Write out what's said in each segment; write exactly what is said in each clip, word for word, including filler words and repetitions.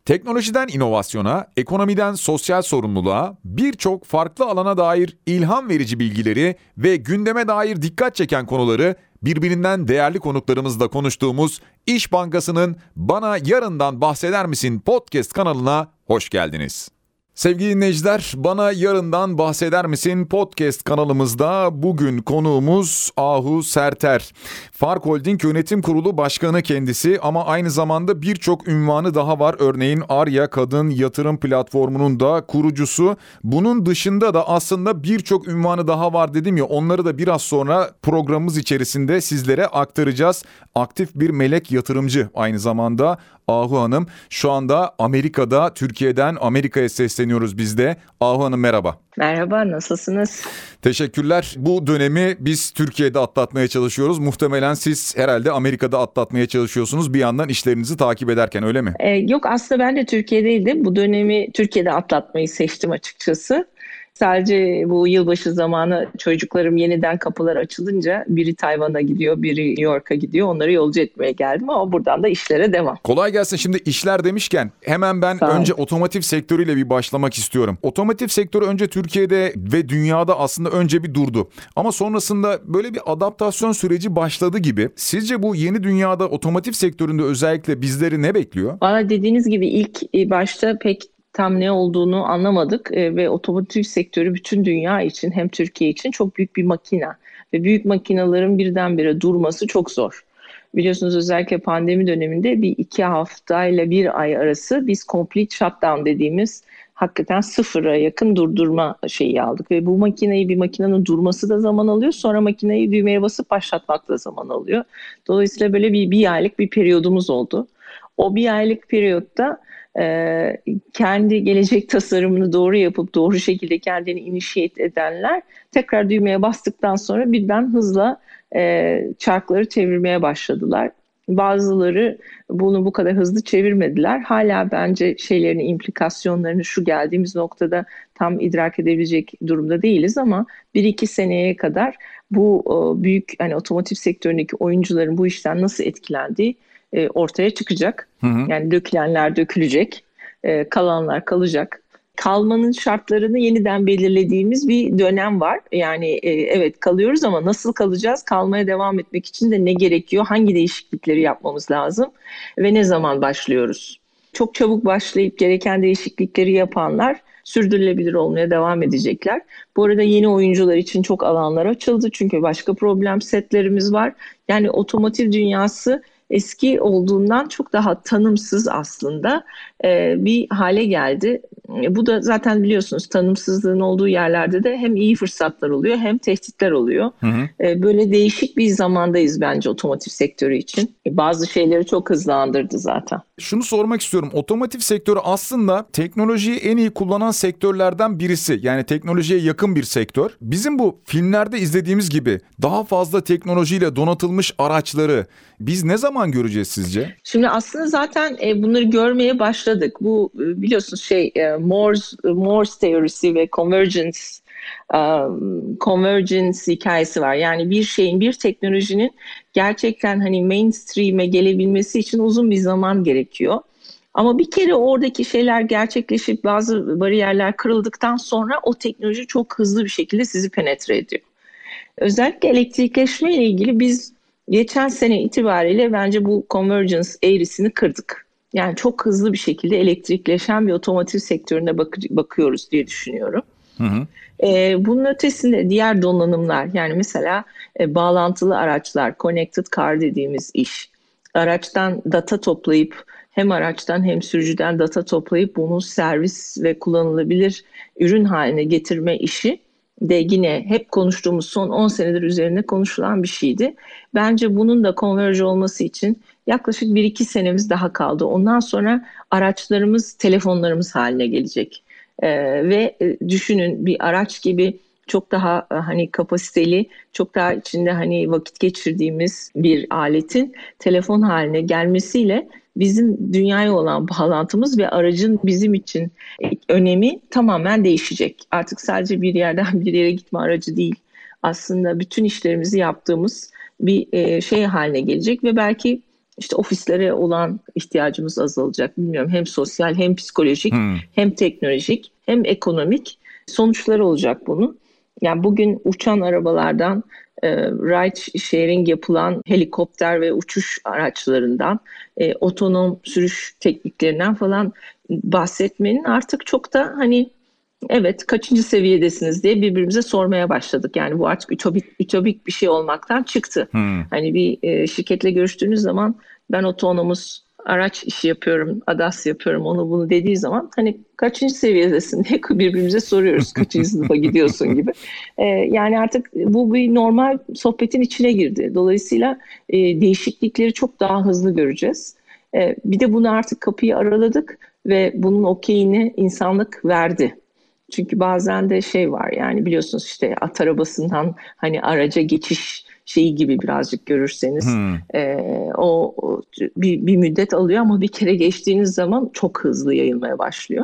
Teknolojiden inovasyona, ekonomiden sosyal sorumluluğa, birçok farklı alana dair ilham verici bilgileri ve gündeme dair dikkat çeken konuları birbirinden değerli konuklarımızla konuştuğumuz İş Bankası'nın Bana Yarından Bahseder Misin podcast kanalına hoş geldiniz. Sevgili dinleyiciler, Bana Yarından Bahseder Misin podcast kanalımızda bugün konuğumuz Ahu Serter. Fark Holding Yönetim Kurulu Başkanı kendisi ama aynı zamanda birçok ünvanı daha var. Örneğin Arya Kadın Yatırım Platformu'nun da kurucusu. Bunun dışında da aslında birçok ünvanı daha var dedim ya, onları da biraz sonra programımız içerisinde sizlere aktaracağız. Aktif bir melek yatırımcı aynı zamanda Ahu Hanım. Şu anda Amerika'da, Türkiye'den Amerika'ya sesleniyoruz biz de. Ahu Hanım merhaba. Merhaba, nasılsınız? Teşekkürler. Bu dönemi biz Türkiye'de atlatmaya çalışıyoruz. Muhtemelen siz herhalde Amerika'da atlatmaya çalışıyorsunuz bir yandan işlerinizi takip ederken, öyle mi? Ee, yok aslında ben de Türkiye'deydim. Bu dönemi Türkiye'de atlatmayı seçtim açıkçası. Sadece bu yılbaşı zamanı çocuklarım yeniden kapılar açılınca biri Tayvan'a gidiyor, biri New York'a gidiyor. Onları yolcu etmeye geldim ama buradan da işlere devam. Kolay gelsin. Şimdi işler demişken hemen ben önce otomotiv sektörüyle bir başlamak istiyorum. Otomotiv sektörü önce Türkiye'de ve dünyada aslında önce bir durdu. Ama sonrasında böyle bir adaptasyon süreci başladı gibi. Sizce bu yeni dünyada otomotiv sektöründe özellikle bizleri ne bekliyor? Valla dediğiniz gibi ilk başta pek tam ne olduğunu anlamadık e, ve otomotiv sektörü bütün dünya için hem Türkiye için çok büyük bir makina ve büyük makinaların birdenbire durması çok zor. Biliyorsunuz özellikle pandemi döneminde bir iki haftayla bir ay arası biz complete shutdown dediğimiz hakikaten sıfıra yakın durdurma şeyi aldık ve bu makineyi bir makinenin durması da zaman alıyor, sonra makineyi düğmeye basıp başlatmak da zaman alıyor. Dolayısıyla böyle bir, bir aylık bir periyodumuz oldu. O bir aylık periyotta Ee, kendi gelecek tasarımını doğru yapıp doğru şekilde kendini initiate edenler tekrar düğmeye bastıktan sonra birden hızla e, çarkları çevirmeye başladılar. Bazıları bunu bu kadar hızlı çevirmediler. Hala bence şeylerin implikasyonlarını şu geldiğimiz noktada tam idrak edebilecek durumda değiliz ama bir iki seneye kadar bu o, büyük hani otomotiv sektöründeki oyuncuların bu işten nasıl etkilendiği e, ortaya çıkacak. Hı hı. Yani dökülenler dökülecek, e, kalanlar kalacak. Kalmanın şartlarını yeniden belirlediğimiz bir dönem var. Yani e, evet kalıyoruz ama nasıl kalacağız? Kalmaya devam etmek için de ne gerekiyor? Hangi değişiklikleri yapmamız lazım? Ve ne zaman başlıyoruz? Çok çabuk başlayıp gereken değişiklikleri yapanlar sürdürülebilir olmaya devam edecekler. Bu arada yeni oyuncular için çok alanlar açıldı. Çünkü başka problem setlerimiz var. Yani otomotiv dünyası eski olduğundan çok daha tanımsız aslında e, bir hale geldi. E, bu da zaten biliyorsunuz tanımsızlığın olduğu yerlerde de hem iyi fırsatlar oluyor hem tehditler oluyor. Hı hı. E, böyle değişik bir zamandayız bence otomotiv sektörü için. E, bazı şeyleri çok hızlandırdı zaten. Şunu sormak istiyorum. Otomotiv sektörü aslında teknolojiyi en iyi kullanan sektörlerden birisi. Yani teknolojiye yakın bir sektör. Bizim bu filmlerde izlediğimiz gibi daha fazla teknolojiyle donatılmış araçları biz ne zaman göreceğiz sizce? Şimdi aslında zaten e, bunları görmeye başladık. Bu e, biliyorsunuz şey e, Moore's, Moore's teorisi ve convergence um, convergence hikayesi var. Yani bir şeyin, bir teknolojinin gerçekten hani mainstream'e gelebilmesi için uzun bir zaman gerekiyor. Ama bir kere oradaki şeyler gerçekleşip bazı bariyerler kırıldıktan sonra o teknoloji çok hızlı bir şekilde sizi penetre ediyor. Özellikle elektrikleşme ile ilgili biz geçen sene itibariyle bence bu convergence eğrisini kırdık. Yani çok hızlı bir şekilde elektrikleşen bir otomotiv sektörüne bak- bakıyoruz diye düşünüyorum. Hı hı. Ee, bunun ötesinde diğer donanımlar, yani mesela e, bağlantılı araçlar, connected car dediğimiz iş. Araçtan data toplayıp hem araçtan hem sürücüden data toplayıp bunu servis ve kullanılabilir ürün haline getirme işi de yine hep konuştuğumuz son on senedir üzerine konuşulan bir şeydi. Bence bunun da konverj olması için yaklaşık bir iki senemiz daha kaldı. Ondan sonra araçlarımız telefonlarımız haline gelecek. Ee, ve düşünün bir araç gibi çok daha hani kapasiteli, çok daha içinde hani vakit geçirdiğimiz bir aletin telefon haline gelmesiyle bizim dünyaya olan bağlantımız ve aracın bizim için önemi tamamen değişecek. Artık sadece bir yerden bir yere gitme aracı değil. Aslında bütün işlerimizi yaptığımız bir şey haline gelecek ve belki işte ofislere olan ihtiyacımız azalacak. Bilmiyorum, hem sosyal hem psikolojik hmm. hem teknolojik hem ekonomik sonuçları olacak bunun. Yani bugün uçan arabalardan, e, ride sharing yapılan helikopter ve uçuş araçlarından, e, otonom sürüş tekniklerinden falan bahsetmenin artık çok da hani evet kaçıncı seviyedesiniz diye birbirimize sormaya başladık. Yani bu artık ütopik, ütopik bir şey olmaktan çıktı. Hmm. Hani bir e, şirketle görüştüğünüz zaman ben otonomuz araç işi yapıyorum, A D A S yapıyorum, onu bunu dediği zaman hani kaçıncı seviyedesin diye birbirimize soruyoruz. Kaçıncı sınıfa gidiyorsun gibi. Ee, yani artık bu bir normal sohbetin içine girdi. Dolayısıyla e, değişiklikleri çok daha hızlı göreceğiz. E, bir de bunu artık kapıyı araladık ve bunun okeyini insanlık verdi. Çünkü bazen de şey var, yani biliyorsunuz işte at arabasından hani araca geçiş şeyi gibi birazcık görürseniz hmm. e, o, o bir, bir müddet alıyor ama bir kere geçtiğiniz zaman çok hızlı yayılmaya başlıyor.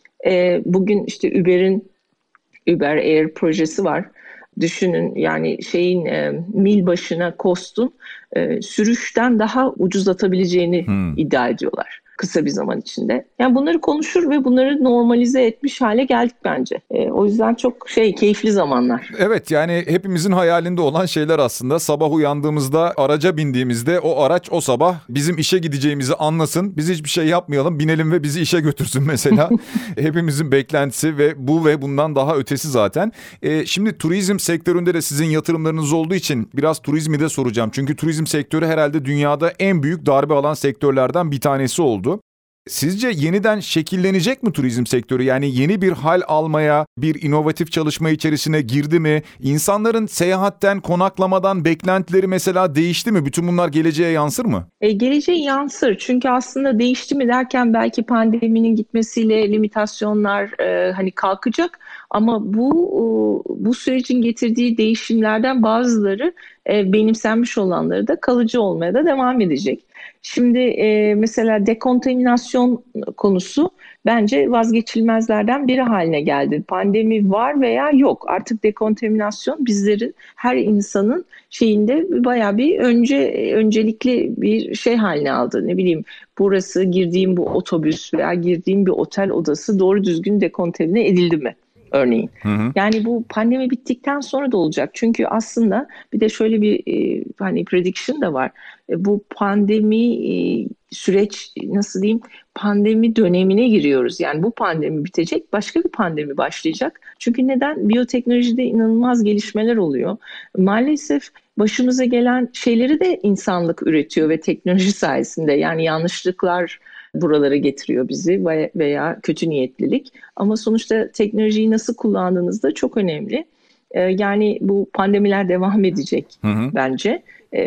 E, bugün işte Uber'in Uber Air projesi var. Düşünün yani şeyin e, mil başına cost'un e, sürüşten daha ucuzlatabileceğini hmm. iddia ediyorlar kısa bir zaman içinde. Yani bunları konuşur ve bunları normalize etmiş hale geldik bence. E, o yüzden çok şey keyifli zamanlar. Evet, yani hepimizin hayalinde olan şeyler aslında. Sabah uyandığımızda, araca bindiğimizde o araç o sabah bizim işe gideceğimizi anlasın. Biz hiçbir şey yapmayalım, binelim ve bizi işe götürsün mesela. Hepimizin beklentisi ve bu ve bundan daha ötesi zaten. E, şimdi turizm sektöründe de sizin yatırımlarınız olduğu için biraz turizmi de soracağım. Çünkü turizm sektörü herhalde dünyada en büyük darbe alan sektörlerden bir tanesi oldu. Sizce yeniden şekillenecek mi turizm sektörü? Yani yeni bir hal almaya, bir inovatif çalışma içerisine girdi mi? İnsanların seyahatten, konaklamadan beklentileri mesela değişti mi? Bütün bunlar geleceğe yansır mı? E, geleceğe yansır. Çünkü aslında değişti mi derken belki pandeminin gitmesiyle limitasyonlar e, hani kalkacak. Ama bu bu sürecin getirdiği değişimlerden bazıları e, benimsenmiş olanları da kalıcı olmaya da devam edecek. Şimdi e, mesela dekontaminasyon konusu bence vazgeçilmezlerden biri haline geldi. Pandemi var veya yok, artık dekontaminasyon bizlerin, her insanın şeyinde bayağı bir önce öncelikli bir şey haline aldı. Ne bileyim, burası, girdiğim bu otobüs veya girdiğim bir otel odası doğru düzgün dekontamine edildi mi? Örneğin. Hı hı. Yani bu pandemi bittikten sonra da olacak. Çünkü aslında bir de şöyle bir e, hani prediction da var. E, bu pandemi e, süreç nasıl diyeyim? Pandemi dönemine giriyoruz. Yani bu pandemi bitecek, başka bir pandemi başlayacak. Çünkü neden? Biyoteknolojide inanılmaz gelişmeler oluyor. Maalesef başımıza gelen şeyleri de insanlık üretiyor ve teknoloji sayesinde. Yani yanlışlıklar buralara getiriyor bizi veya kötü niyetlilik. Ama sonuçta teknolojiyi nasıl kullandığınız da çok önemli. Yani bu pandemiler devam edecek hı hı. bence.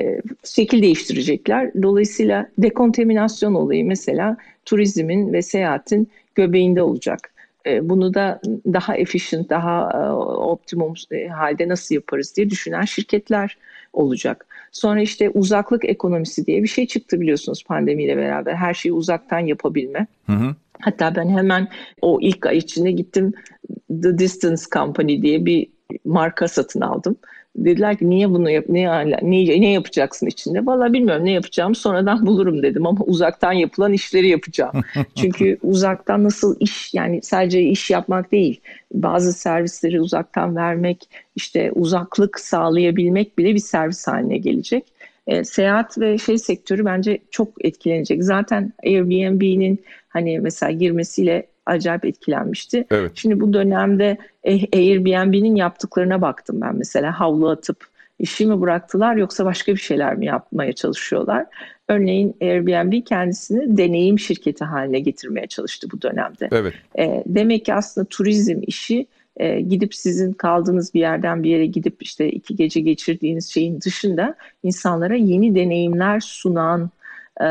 Şekil değiştirecekler. Dolayısıyla dekontaminasyon olayı mesela turizmin ve seyahatin göbeğinde olacak. Bunu da daha efficient, daha optimum halde nasıl yaparız diye düşünen şirketler olacak. Sonra işte uzaklık ekonomisi diye bir şey çıktı biliyorsunuz pandemiyle beraber. Her şeyi uzaktan yapabilme. Hı hı. Hatta ben hemen o ilk ay içinde gittim, The Distance Company diye bir marka satın aldım. Dediler ki niye bunu yap, ne, ne, ne yapacaksın içinde? Vallahi bilmiyorum, ne yapacağımı sonradan bulurum dedim ama uzaktan yapılan işleri yapacağım. Çünkü uzaktan nasıl iş, yani sadece iş yapmak değil, bazı servisleri uzaktan vermek, işte uzaklık sağlayabilmek bile bir servis haline gelecek. E, seyahat ve şey sektörü bence çok etkilenecek. Zaten Airbnb'nin hani mesela girmesiyle acayip etkilenmişti. Evet. Şimdi bu dönemde Airbnb'nin yaptıklarına baktım ben mesela. Havlu atıp işi mi bıraktılar yoksa başka bir şeyler mi yapmaya çalışıyorlar? Örneğin Airbnb kendisini deneyim şirketi haline getirmeye çalıştı bu dönemde. Evet. E, demek ki aslında turizm işi e, gidip sizin kaldığınız bir yerden bir yere gidip işte iki gece geçirdiğiniz şeyin dışında insanlara yeni deneyimler sunan e,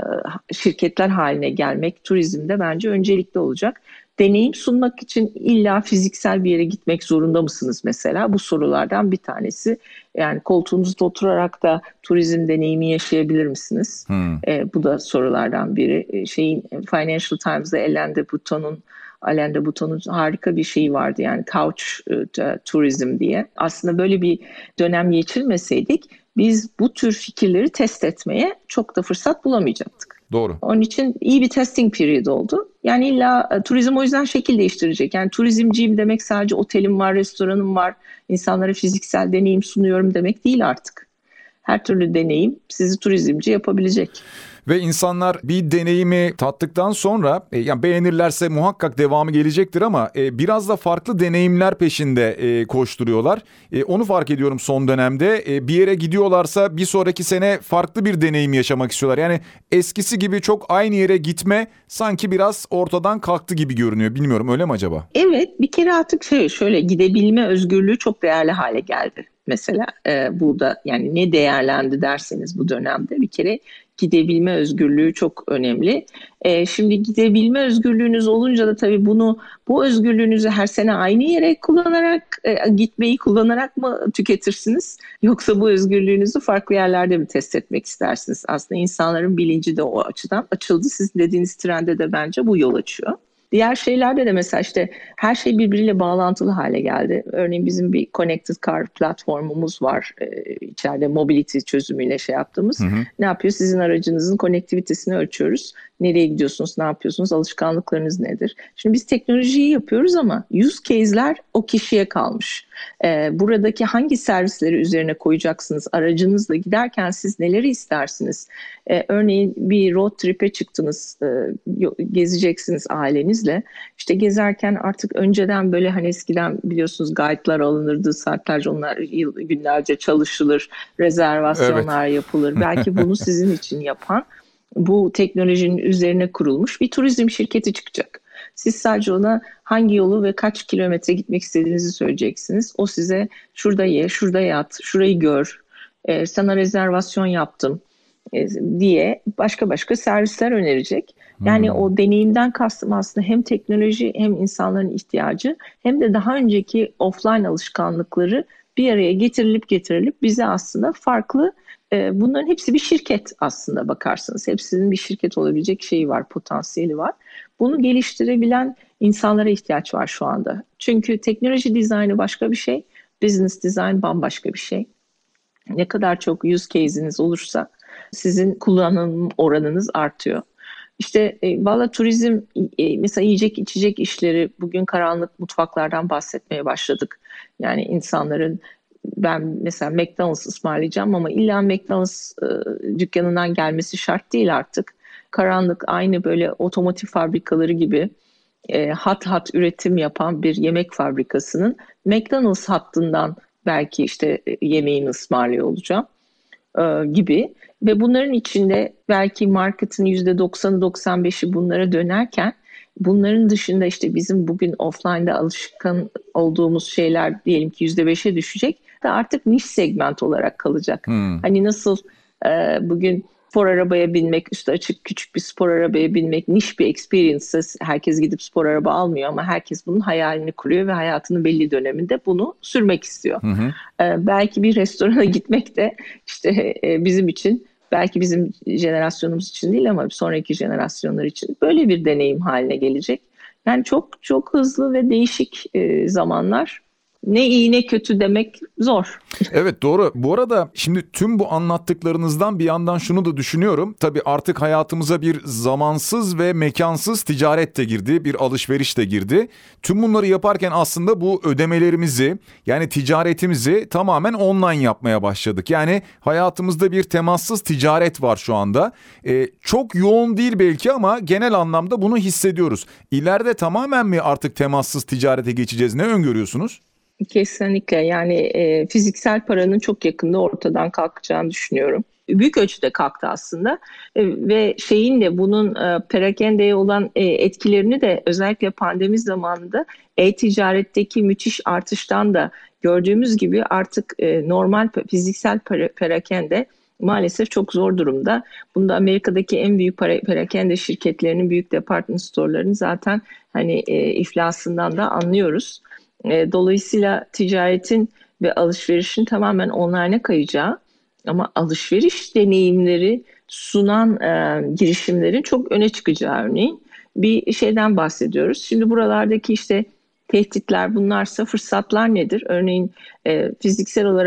şirketler haline gelmek turizmde bence öncelikli olacak. Deneyim sunmak için illa fiziksel bir yere gitmek zorunda mısınız mesela? Bu sorulardan bir tanesi. Yani koltuğunuzda oturarak da turizm deneyimi yaşayabilir misiniz? Hmm. E, bu da sorulardan biri. E, şeyin Financial Times'da Alain de Botton'un Alain de Botton'un harika bir şeyi vardı, yani couch e, tourism diye. Aslında böyle bir dönem geçirmeseydik biz bu tür fikirleri test etmeye çok da fırsat bulamayacaktık. Doğru. Onun için iyi bir testing period oldu. Yani illa e, turizm o yüzden şekil değiştirecek. Yani turizmciyim demek sadece otelim var, restoranım var, insanlara fiziksel deneyim sunuyorum demek değil artık. Her türlü deneyim sizi turizmci yapabilecek. Ve insanlar bir deneyimi tattıktan sonra e, yani beğenirlerse muhakkak devamı gelecektir ama e, biraz da farklı deneyimler peşinde e, koşturuyorlar. E, onu fark ediyorum son dönemde. E, bir yere gidiyorlarsa bir sonraki sene farklı bir deneyim yaşamak istiyorlar. Yani eskisi gibi çok aynı yere gitme sanki biraz ortadan kalktı gibi görünüyor. Bilmiyorum, öyle mi acaba? Evet, bir kere artık şey, şöyle gidebilme özgürlüğü çok değerli hale geldi. Mesela e, burada yani ne değerlendi derseniz bu dönemde bir kere gidebilme özgürlüğü çok önemli. E, şimdi gidebilme özgürlüğünüz olunca da tabii bunu bu özgürlüğünüzü her sene aynı yere kullanarak e, gitmeyi kullanarak mı tüketirsiniz? Yoksa bu özgürlüğünüzü farklı yerlerde mi test etmek istersiniz? Aslında insanların bilinci de o açıdan açıldı. Sizin dediğiniz trende de bence bu yol açıyor. Diğer şeylerde de mesela işte her şey birbiriyle bağlantılı hale geldi. Örneğin bizim bir Connected Car platformumuz var. Ee, içeride mobility çözümüyle şey yaptığımız. Hı hı. Ne yapıyor? Sizin aracınızın konnektivitesini ölçüyoruz. Nereye gidiyorsunuz, ne yapıyorsunuz, alışkanlıklarınız nedir? Şimdi biz teknolojiyi yapıyoruz ama use case'ler o kişiye kalmış. Ee, buradaki hangi servisleri üzerine koyacaksınız? Aracınızla giderken siz neleri istersiniz? Ee, örneğin bir road trip'e çıktınız, e, gezeceksiniz ailenizle. İşte gezerken artık önceden böyle hani eskiden biliyorsunuz guide'lar alınırdı, saatlerce onlar yıl, günlerce çalışılır, rezervasyonlar evet. yapılır. Belki bunu sizin için yapan bu teknolojinin üzerine kurulmuş bir turizm şirketi çıkacak. Siz sadece ona hangi yolu ve kaç kilometre gitmek istediğinizi söyleyeceksiniz. O size şurada ye, şurada yat, şurayı gör, e, sana rezervasyon yaptım e, diye başka başka servisler önerecek. Yani hmm. o deneyimden kastım aslında hem teknoloji hem insanların ihtiyacı hem de daha önceki offline alışkanlıkları bir araya getirilip getirilip bize aslında farklı. Bunların hepsi bir şirket aslında bakarsanız. Hepsinin bir şirket olabilecek şeyi var, potansiyeli var. Bunu geliştirebilen insanlara ihtiyaç var şu anda. Çünkü teknoloji dizaynı başka bir şey, business design bambaşka bir şey. Ne kadar çok use case'iniz olursa sizin kullanım oranınız artıyor. İşte e, valla turizm, e, mesela yiyecek içecek işleri, bugün karanlık mutfaklardan bahsetmeye başladık. Yani insanların ben mesela McDonald's ısmarlayacağım ama illa McDonald's e, dükkanından gelmesi şart değil artık. Karanlık aynı böyle otomotiv fabrikaları gibi e, hat hat üretim yapan bir yemek fabrikasının McDonald's hattından belki işte e, yemeğini ısmarlıyor olacağım e, gibi. Ve bunların içinde belki marketin yüzde doksanı doksan beşi bunlara dönerken bunların dışında işte bizim bugün offline'da alışkın olduğumuz şeyler diyelim ki yüzde beşe düşecek ve artık niş segment olarak kalacak. Hmm. Hani nasıl e, bugün spor arabaya binmek, üstü açık küçük bir spor arabaya binmek niş bir experience. Herkes gidip spor araba almıyor ama herkes bunun hayalini kuruyor ve hayatının belli döneminde bunu sürmek istiyor. Hı hı. E, belki bir restorana gitmek de işte e, bizim için, belki bizim jenerasyonumuz için değil ama sonraki jenerasyonlar için böyle bir deneyim haline gelecek. Yani çok çok hızlı ve değişik e, zamanlar. Ne iyi ne kötü demek zor. Evet, doğru. Bu arada şimdi tüm bu anlattıklarınızdan bir yandan şunu da düşünüyorum. Tabii artık hayatımıza bir zamansız ve mekansız ticaret de girdi, bir alışveriş de girdi. Tüm bunları yaparken aslında bu ödemelerimizi, yani ticaretimizi tamamen online yapmaya başladık. Yani hayatımızda bir temassız ticaret var şu anda. Ee, çok yoğun değil belki ama genel anlamda bunu hissediyoruz. İleride tamamen mi artık temassız ticarete geçeceğiz? Ne öngörüyorsunuz? Kesinlikle, yani e, fiziksel paranın çok yakında ortadan kalkacağını düşünüyorum. Büyük ölçüde kalktı aslında e, ve şeyin de bunun e, perakendeye olan e, etkilerini de özellikle pandemi zamanında e-ticaretteki müthiş artıştan da gördüğümüz gibi artık e, normal fiziksel para, perakende maalesef çok zor durumda. Bunda Amerika'daki en büyük para, perakende şirketlerinin, büyük department store'larının zaten hani e, iflasından da anlıyoruz. Dolayısıyla ticaretin ve alışverişin tamamen online'a kayacağı ama alışveriş deneyimleri sunan e, girişimlerin çok öne çıkacağı örneğin bir şeyden bahsediyoruz. Şimdi buralardaki işte tehditler bunlarsa fırsatlar nedir? Örneğin e, fiziksel olarak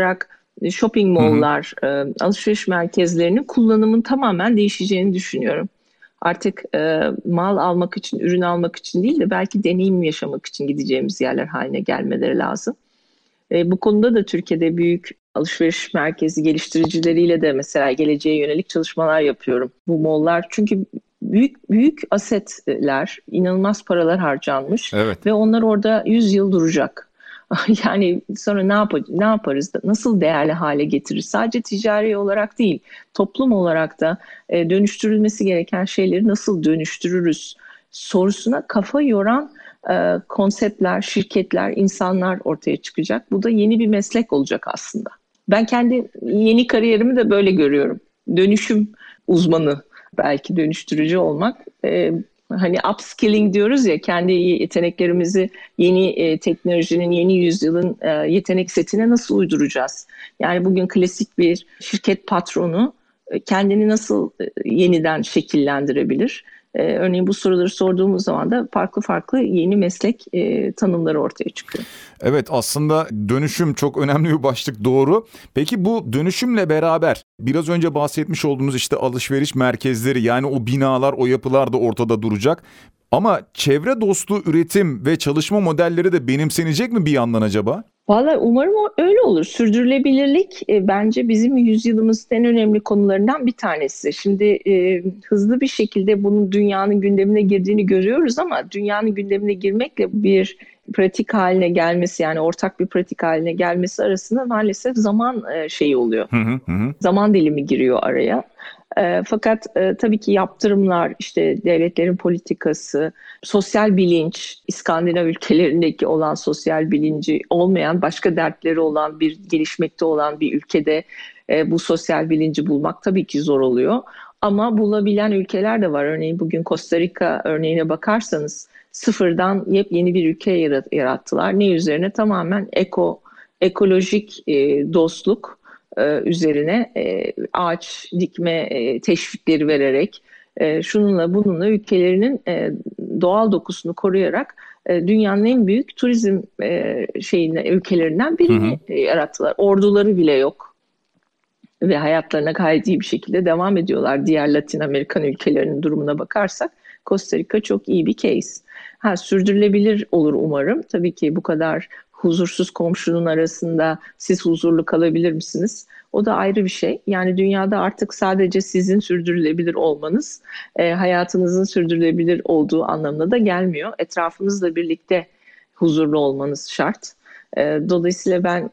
shopping Hı hı. mall'lar, e, alışveriş merkezlerinin kullanımın tamamen değişeceğini düşünüyorum. Artık e, mal almak için, ürün almak için değil de belki deneyim yaşamak için gideceğimiz yerler haline gelmeleri lazım. E, bu konuda da Türkiye'de büyük alışveriş merkezi geliştiricileriyle de mesela geleceğe yönelik çalışmalar yapıyorum. Bu mall'lar çünkü büyük büyük asetler, inanılmaz paralar harcanmış Evet. ve onlar orada yüz yıl duracak. Yani sonra ne yap ne yaparız da nasıl değerli hale getiririz? Sadece ticari olarak değil, toplum olarak da e, dönüştürülmesi gereken şeyleri nasıl dönüştürürüz sorusuna kafa yoran e, konseptler, şirketler, insanlar ortaya çıkacak. Bu da yeni bir meslek olacak aslında. Ben kendi yeni kariyerimi de böyle görüyorum. Dönüşüm uzmanı, belki dönüştürücü olmak. E, hani upskilling diyoruz ya, kendi yeteneklerimizi yeni e, teknolojinin, yeni yüzyılın e, yetenek setine nasıl uyduracağız? Yani bugün klasik bir şirket patronu e, kendini nasıl e, yeniden şekillendirebilir? Ee, örneğin bu soruları sorduğumuz zaman da farklı farklı yeni meslek e, tanımları ortaya çıkıyor. Evet, aslında dönüşüm çok önemli bir başlık, doğru. Peki bu dönüşümle beraber biraz önce bahsetmiş olduğunuz işte alışveriş merkezleri, yani o binalar, o yapılar da ortada duracak. Ama çevre dostu üretim ve çalışma modelleri de benimsenecek mi bir yandan acaba? Vallahi umarım o öyle olur. Sürdürülebilirlik e, bence bizim yüzyılımızın en önemli konularından bir tanesi. Şimdi e, hızlı bir şekilde bunun dünyanın gündemine girdiğini görüyoruz ama dünyanın gündemine girmekle bir pratik haline gelmesi, yani ortak bir pratik haline gelmesi arasında maalesef zaman e, şeyi oluyor. Hı hı hı. Zaman dilimi giriyor araya. E, fakat e, tabii ki yaptırımlar, işte devletlerin politikası, sosyal bilinç, İskandinav ülkelerindeki olan sosyal bilinci olmayan, başka dertleri olan bir gelişmekte olan bir ülkede e, bu sosyal bilinci bulmak tabii ki zor oluyor. Ama bulabilen ülkeler de var. Örneğin bugün Costa Rica örneğine bakarsanız sıfırdan yepyeni bir ülke yarattılar. Ne üzerine? Tamamen eko, ekolojik e, dostluk e, üzerine e, ağaç dikme e, teşvikleri vererek, e, şununla bununla ülkelerinin e, doğal dokusunu koruyarak e, dünyanın en büyük turizm e, şeyine, ülkelerinden Hı birini hı. e, yarattılar. Orduları bile yok ve hayatlarına gayet iyi bir şekilde devam ediyorlar. Diğer Latin Amerikan ülkelerinin durumuna bakarsak Costa Rica çok iyi bir case. Ha, sürdürülebilir olur umarım. Tabii ki bu kadar huzursuz komşunun arasında siz huzurlu kalabilir misiniz? O da ayrı bir şey. Yani dünyada artık sadece sizin sürdürülebilir olmanız e, hayatınızın sürdürülebilir olduğu anlamına da gelmiyor. Etrafınızla birlikte huzurlu olmanız şart. E, dolayısıyla ben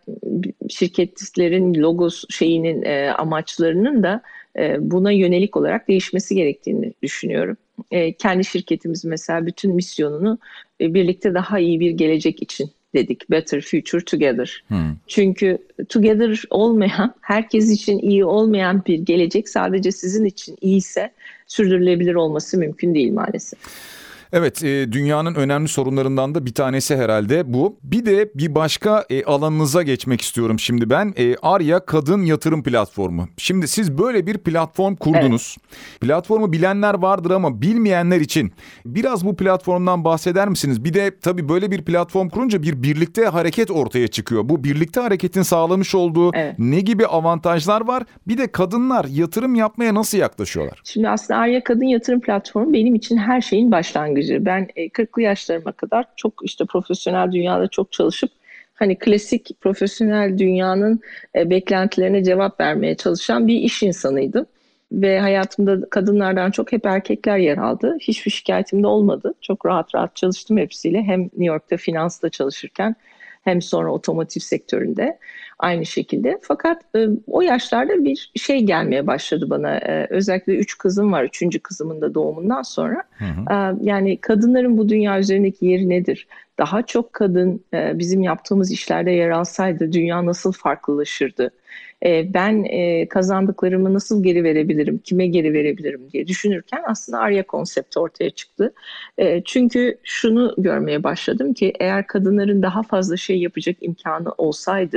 şirketlerin logos şeyinin e, amaçlarının da e, buna yönelik olarak değişmesi gerektiğini düşünüyorum. E, kendi şirketimiz mesela bütün misyonunu e, birlikte daha iyi bir gelecek için dedik. Better Future Together. Hı. Çünkü together olmayan, herkes için iyi olmayan bir gelecek sadece sizin için iyiyse sürdürülebilir olması mümkün değil maalesef. Evet, e, dünyanın önemli sorunlarından da bir tanesi herhalde bu. Bir de bir başka e, alanınıza geçmek istiyorum şimdi ben. E, Arya Kadın Yatırım Platformu. Şimdi siz böyle bir platform kurdunuz. Evet. Platformu bilenler vardır ama bilmeyenler için biraz bu platformdan bahseder misiniz? Bir de tabii böyle bir platform kurunca bir birlikte hareket ortaya çıkıyor. Bu birlikte hareketin sağlamış olduğu evet. ne gibi avantajlar var? Bir de kadınlar yatırım yapmaya nasıl yaklaşıyorlar? Şimdi aslında Arya Kadın Yatırım Platformu benim için her şeyin başlangıcı. Ben kırklı yaşlarıma kadar çok işte profesyonel dünyada çok çalışıp hani klasik profesyonel dünyanın beklentilerine cevap vermeye çalışan bir iş insanıydım. Ve hayatımda kadınlardan çok hep erkekler yer aldı. Hiçbir şikayetim de olmadı. Çok rahat rahat çalıştım hepsiyle. Hem New York'ta finansta çalışırken hem sonra otomotiv sektöründe aynı şekilde. Fakat e, o yaşlarda bir şey gelmeye başladı bana. E, özellikle üç kızım var. Üçüncü kızımın da doğumundan sonra. Hı hı. E, yani kadınların bu dünya üzerindeki yeri nedir? Daha çok kadın e, bizim yaptığımız işlerde yer alsaydı dünya nasıl farklılaşırdı? E, ben e, kazandıklarımı nasıl geri verebilirim? Kime geri verebilirim diye düşünürken aslında Arya konsepti ortaya çıktı. E, çünkü şunu görmeye başladım ki eğer kadınların daha fazla şey yapacak imkanı olsaydı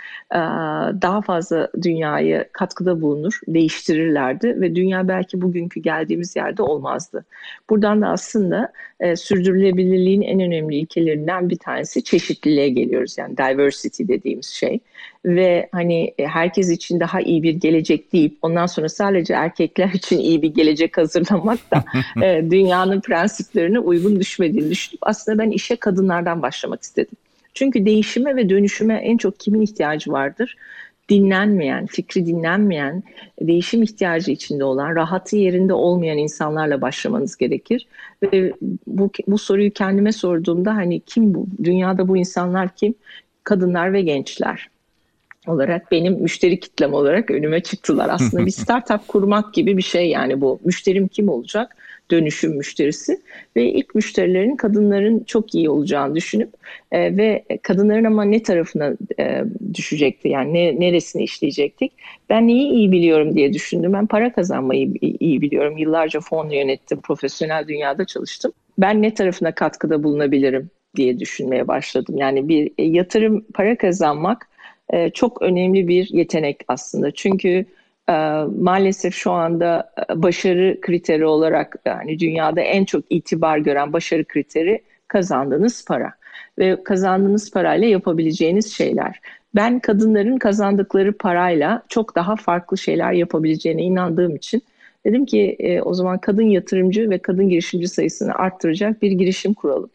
daha fazla dünyaya katkıda bulunur, değiştirirlerdi ve dünya belki bugünkü geldiğimiz yerde olmazdı. Buradan da aslında sürdürülebilirliğin en önemli ilkelerinden bir tanesi çeşitliliğe geliyoruz. Yani diversity dediğimiz şey ve hani herkes için daha iyi bir gelecek deyip ondan sonra sadece erkekler için iyi bir gelecek hazırlamak da dünyanın prensiplerine uygun düşmediğini düşünüp aslında ben işe kadınlardan başlamak istedim. Çünkü değişime ve dönüşüme en çok kimin ihtiyacı vardır? Dinlenmeyen, fikri dinlenmeyen, değişim ihtiyacı içinde olan, rahatı yerinde olmayan insanlarla başlamanız gerekir. Ve bu, bu soruyu kendime sorduğumda hani kim bu? Dünyada bu insanlar kim? Kadınlar ve gençler olarak benim müşteri kitlem olarak önüme çıktılar. Aslında bir startup kurmak gibi bir şey yani bu. Müşterim kim olacak? Dönüşüm müşterisi ve ilk müşterilerin kadınların çok iyi olacağını düşünüp e, ve kadınların ama ne tarafına e, düşecekti yani ne, neresini işleyecektik. Ben neyi iyi biliyorum diye düşündüm. Ben para kazanmayı iyi biliyorum. Yıllarca fon yönettim, profesyonel dünyada çalıştım. Ben ne tarafına katkıda bulunabilirim diye düşünmeye başladım. Yani bir e, yatırım, para kazanmak e, çok önemli bir yetenek aslında. Çünkü Ee, maalesef şu anda başarı kriteri olarak yani dünyada en çok itibar gören başarı kriteri kazandığınız para ve kazandığınız parayla yapabileceğiniz şeyler. Ben kadınların kazandıkları parayla çok daha farklı şeyler yapabileceğine inandığım için dedim ki e, o zaman kadın yatırımcı ve kadın girişimci sayısını arttıracak bir girişim kuralım.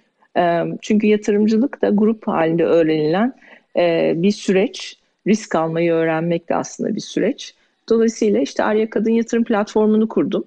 E, çünkü yatırımcılık da grup halinde öğrenilen e, bir süreç. Risk almayı öğrenmek de aslında bir süreç. Dolayısıyla işte Arya Kadın Yatırım Platformu'nu kurdum.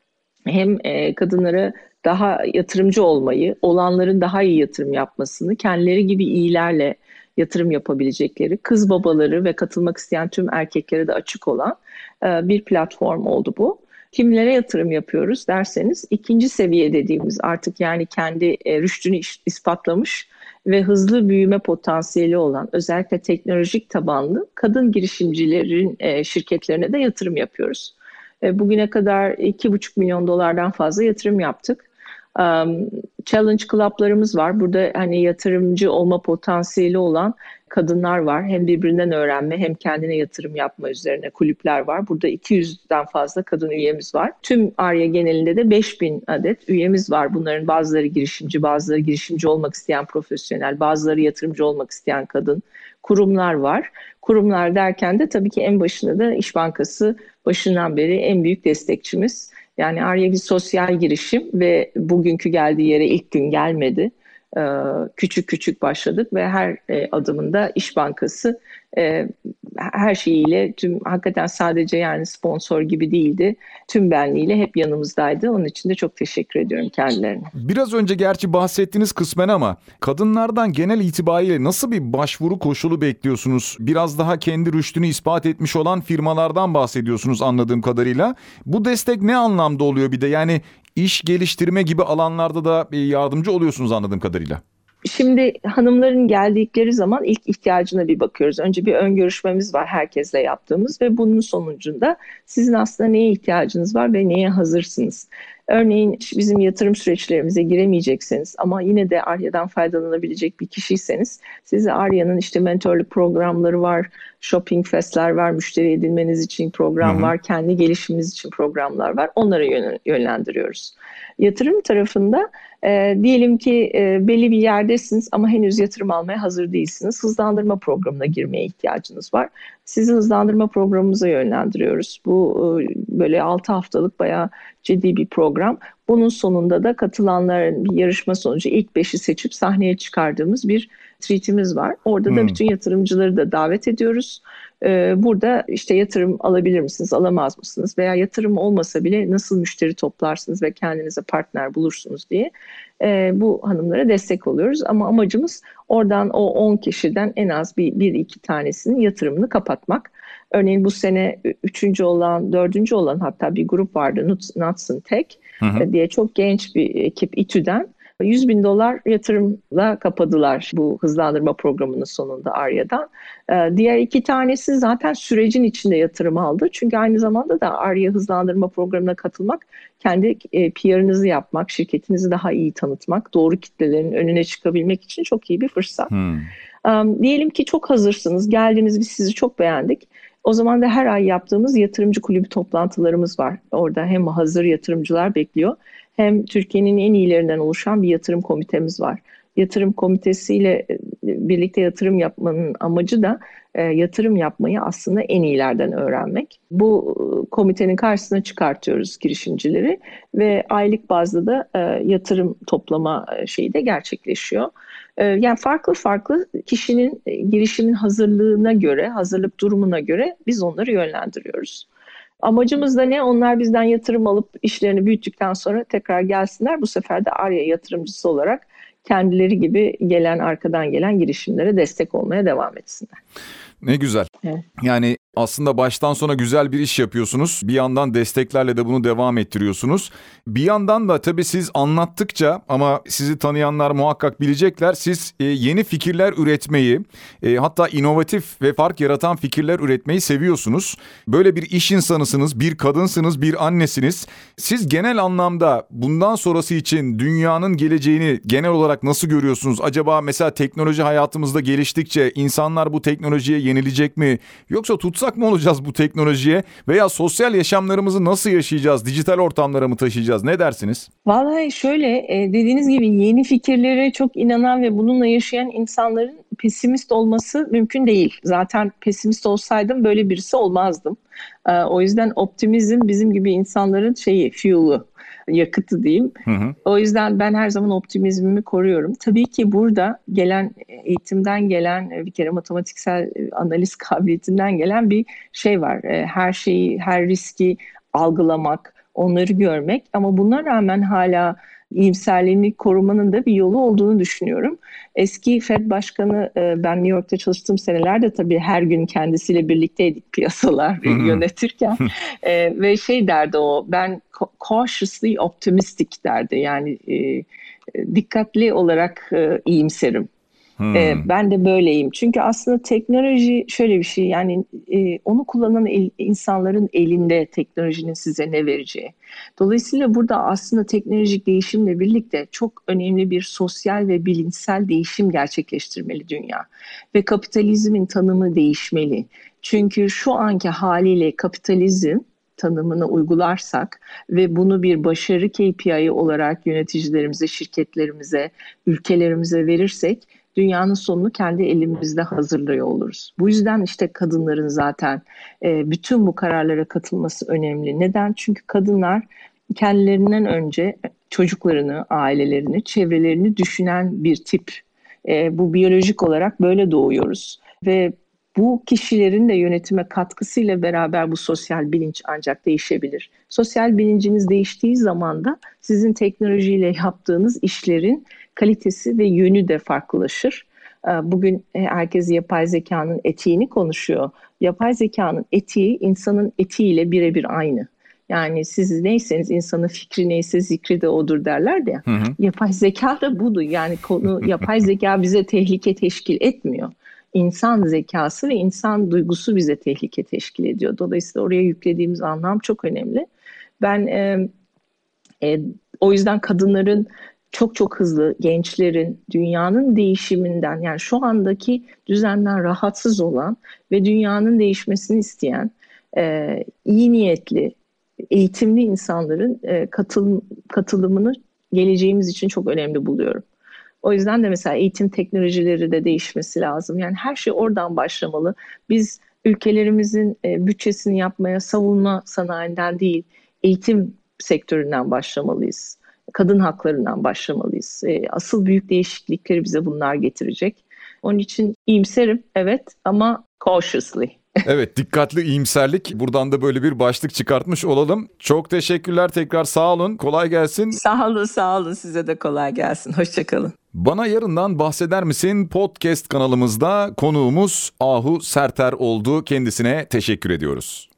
Hem e, kadınlara daha yatırımcı olmayı, olanların daha iyi yatırım yapmasını, kendileri gibi iyilerle yatırım yapabilecekleri, kız babaları ve katılmak isteyen tüm erkeklere de açık olan e, bir platform oldu bu. Kimlere yatırım yapıyoruz derseniz ikinci seviye dediğimiz artık yani kendi e, rüştünü ispatlamış ve hızlı büyüme potansiyeli olan özellikle teknolojik tabanlı kadın girişimcilerin e, şirketlerine de yatırım yapıyoruz. E, bugüne kadar iki buçuk milyon dolardan fazla yatırım yaptık. Um, challenge club'larımız var. Burada hani yatırımcı olma potansiyeli olan kadınlar var. Hem birbirinden öğrenme hem kendine yatırım yapma üzerine kulüpler var. Burada iki yüzden fazla kadın üyemiz var. Tüm Arya genelinde de beş bin adet üyemiz var. Bunların bazıları girişimci, bazıları girişimci olmak isteyen profesyonel, bazıları yatırımcı olmak isteyen kadın kurumlar var. Kurumlar derken de tabii ki en başında da İş Bankası başından beri en büyük destekçimiz. Yani Arya bir sosyal girişim ve bugünkü geldiği yere ilk gün gelmedi. Ee, küçük küçük başladık ve her e, adımında İş Bankası e, her şeyiyle tüm hakikaten sadece yani sponsor gibi değildi. Tüm benliğiyle hep yanımızdaydı. Onun için de çok teşekkür ediyorum kendilerine. Biraz önce gerçi bahsettiniz kısmen ama kadınlardan genel itibariyle nasıl bir başvuru koşulu bekliyorsunuz? Biraz daha kendi rüştünü ispat etmiş olan firmalardan bahsediyorsunuz anladığım kadarıyla. Bu destek ne anlamda oluyor bir de yani iş geliştirme gibi alanlarda da yardımcı oluyorsunuz anladığım kadarıyla. Şimdi hanımların geldikleri zaman ilk ihtiyacına bir bakıyoruz. Önce bir ön görüşmemiz var herkesle yaptığımız ve bunun sonucunda sizin aslında neye ihtiyacınız var ve neye hazırsınız? Örneğin bizim yatırım süreçlerimize giremeyecekseniz ama yine de Arya'dan faydalanabilecek bir kişiyseniz size Arya'nın işte mentorluk programları var, shopping festler var, müşteri edinmeniz için program hı hı. var, kendi gelişiminiz için programlar var. Onlara yönlendiriyoruz. Yatırım tarafında e, diyelim ki e, belli bir yerdesiniz ama henüz yatırım almaya hazır değilsiniz. Hızlandırma programına girmeye ihtiyacınız var. Sizi hızlandırma programımıza yönlendiriyoruz. Bu e, böyle altı haftalık bayağı ciddi bir program. Bunun sonunda da katılanların bir yarışma sonucu ilk beşi seçip sahneye çıkardığımız bir treatimiz var. Orada hmm. da bütün yatırımcıları da davet ediyoruz. Ee, burada işte yatırım alabilir misiniz, alamaz mısınız? Veya yatırım olmasa bile nasıl müşteri toplarsınız ve kendinize partner bulursunuz diye e, bu hanımlara destek oluyoruz. Ama amacımız oradan o on kişiden en az bir, bir iki tanesinin yatırımını kapatmak. Örneğin bu sene üçüncü olan, dördüncü olan hatta bir grup vardı Nuts and Tech hı hı. diye çok genç bir ekip İTÜ'den yüz bin dolar yatırımla kapadılar bu hızlandırma programının sonunda Arya'dan. Diğer iki tanesi zaten sürecin içinde yatırım aldı. Çünkü aynı zamanda da Arya hızlandırma programına katılmak, kendi P R'ınızı yapmak, şirketinizi daha iyi tanıtmak, doğru kitlelerin önüne çıkabilmek için çok iyi bir fırsat. Hmm. Um, diyelim ki çok hazırsınız, geldiniz, biz sizi çok beğendik. O zaman da her ay yaptığımız yatırımcı kulübü toplantılarımız var. Orada hem hazır yatırımcılar bekliyor, hem Türkiye'nin en iyilerinden oluşan bir yatırım komitemiz var. Yatırım komitesiyle birlikte yatırım yapmanın amacı da e, yatırım yapmayı aslında en iyilerden öğrenmek. Bu e, komitenin karşısına çıkartıyoruz girişimcileri ve aylık bazda da e, yatırım toplama şeyi de gerçekleşiyor. E, yani farklı farklı kişinin e, girişimin hazırlığına göre, hazırlık durumuna göre biz onları yönlendiriyoruz. Amacımız da ne? Onlar bizden yatırım alıp işlerini büyüttükten sonra tekrar gelsinler. Bu sefer de Arya yatırımcısı olarak kendileri gibi gelen, arkadan gelen girişimlere destek olmaya devam etsinler. Ne güzel. Evet. Yani aslında baştan sona güzel bir iş yapıyorsunuz. Bir yandan desteklerle de bunu devam ettiriyorsunuz. Bir yandan da tabii siz anlattıkça, ama sizi tanıyanlar muhakkak bilecekler, siz e, yeni fikirler üretmeyi, e, hatta inovatif ve fark yaratan fikirler üretmeyi seviyorsunuz. Böyle bir iş insanısınız, bir kadınsınız, bir annesiniz. Siz genel anlamda bundan sonrası için dünyanın geleceğini genel olarak nasıl görüyorsunuz? Acaba mesela teknoloji hayatımızda geliştikçe insanlar bu teknolojiye yenilecek mi? Yoksa tutsak mı olacağız bu teknolojiye? Veya sosyal yaşamlarımızı nasıl yaşayacağız? Dijital ortamlara mı taşıyacağız? Ne dersiniz? Vallahi şöyle, dediğiniz gibi yeni fikirlere çok inanan ve bununla yaşayan insanların pesimist olması mümkün değil. Zaten pesimist olsaydım böyle birisi olmazdım. O yüzden optimizm bizim gibi insanların şeyi, fuel'u, yakıtı diyeyim. Hı hı. O yüzden ben her zaman optimizmimi koruyorum. Tabii ki burada gelen, eğitimden gelen, bir kere matematiksel analiz kabiliyetinden gelen bir şey var. Her şeyi, her riski algılamak, onları görmek, ama buna rağmen hala iyimserliğini korumanın da bir yolu olduğunu düşünüyorum. Eski Fed Başkanı, ben New York'ta çalıştığım senelerde tabii her gün kendisiyle birlikteydik piyasalar yönetirken ve şey derdi o, ben cautiously optimistic derdi, yani e, dikkatli olarak e, iyimserim. Hmm. E, ben de böyleyim. Çünkü aslında teknoloji şöyle bir şey, yani e, onu kullanan el, insanların elinde teknolojinin size ne vereceği. Dolayısıyla burada aslında teknolojik değişimle birlikte çok önemli bir sosyal ve bilinçsel değişim gerçekleştirmeli dünya. Ve kapitalizmin tanımı değişmeli. Çünkü şu anki haliyle kapitalizm tanımını uygularsak ve bunu bir başarı K P I olarak yöneticilerimize, şirketlerimize, ülkelerimize verirsek dünyanın sonunu kendi elimizde hazırlıyor oluruz. Bu yüzden işte kadınların zaten e, bütün bu kararlara katılması önemli. Neden? Çünkü kadınlar kendilerinden önce çocuklarını, ailelerini, çevrelerini düşünen bir tip. E, bu biyolojik olarak böyle doğuyoruz ve bu kişilerin de yönetime katkısıyla beraber bu sosyal bilinç ancak değişebilir. Sosyal bilinciniz değiştiği zaman da sizin teknolojiyle yaptığınız işlerin kalitesi ve yönü de farklılaşır. Bugün herkes yapay zekanın etiğini konuşuyor. Yapay zekanın etiği insanın etiğiyle birebir aynı. Yani siz neyseniz, insanın fikri neyse zikri de odur derler de. Hı hı. Yapay zeka da budur. Yani konu yapay zeka bize tehlike teşkil etmiyor. İnsan zekası ve insan duygusu bize tehlike teşkil ediyor. Dolayısıyla oraya yüklediğimiz anlam çok önemli. Ben e, e, o yüzden kadınların çok çok hızlı, gençlerin dünyanın değişiminden, yani şu andaki düzenden rahatsız olan ve dünyanın değişmesini isteyen e, iyi niyetli, eğitimli insanların e, katıl, katılımını geleceğimiz için çok önemli buluyorum. O yüzden de mesela eğitim teknolojileri de değişmesi lazım. Yani her şey oradan başlamalı. Biz ülkelerimizin e, bütçesini yapmaya savunma sanayinden değil, eğitim sektöründen başlamalıyız. Kadın haklarından başlamalıyız. E, asıl büyük değişiklikleri bize bunlar getirecek. Onun için iyimserim, evet, ama cautiously. Evet, dikkatli iyimserlik. Buradan da böyle bir başlık çıkartmış olalım. Çok teşekkürler tekrar, sağ olun. Kolay gelsin. Sağ olun, sağ olun. Size de kolay gelsin. Hoşçakalın. Bana Yarından Bahseder Misin podcast kanalımızda konuğumuz Ahu Serter oldu. Kendisine teşekkür ediyoruz.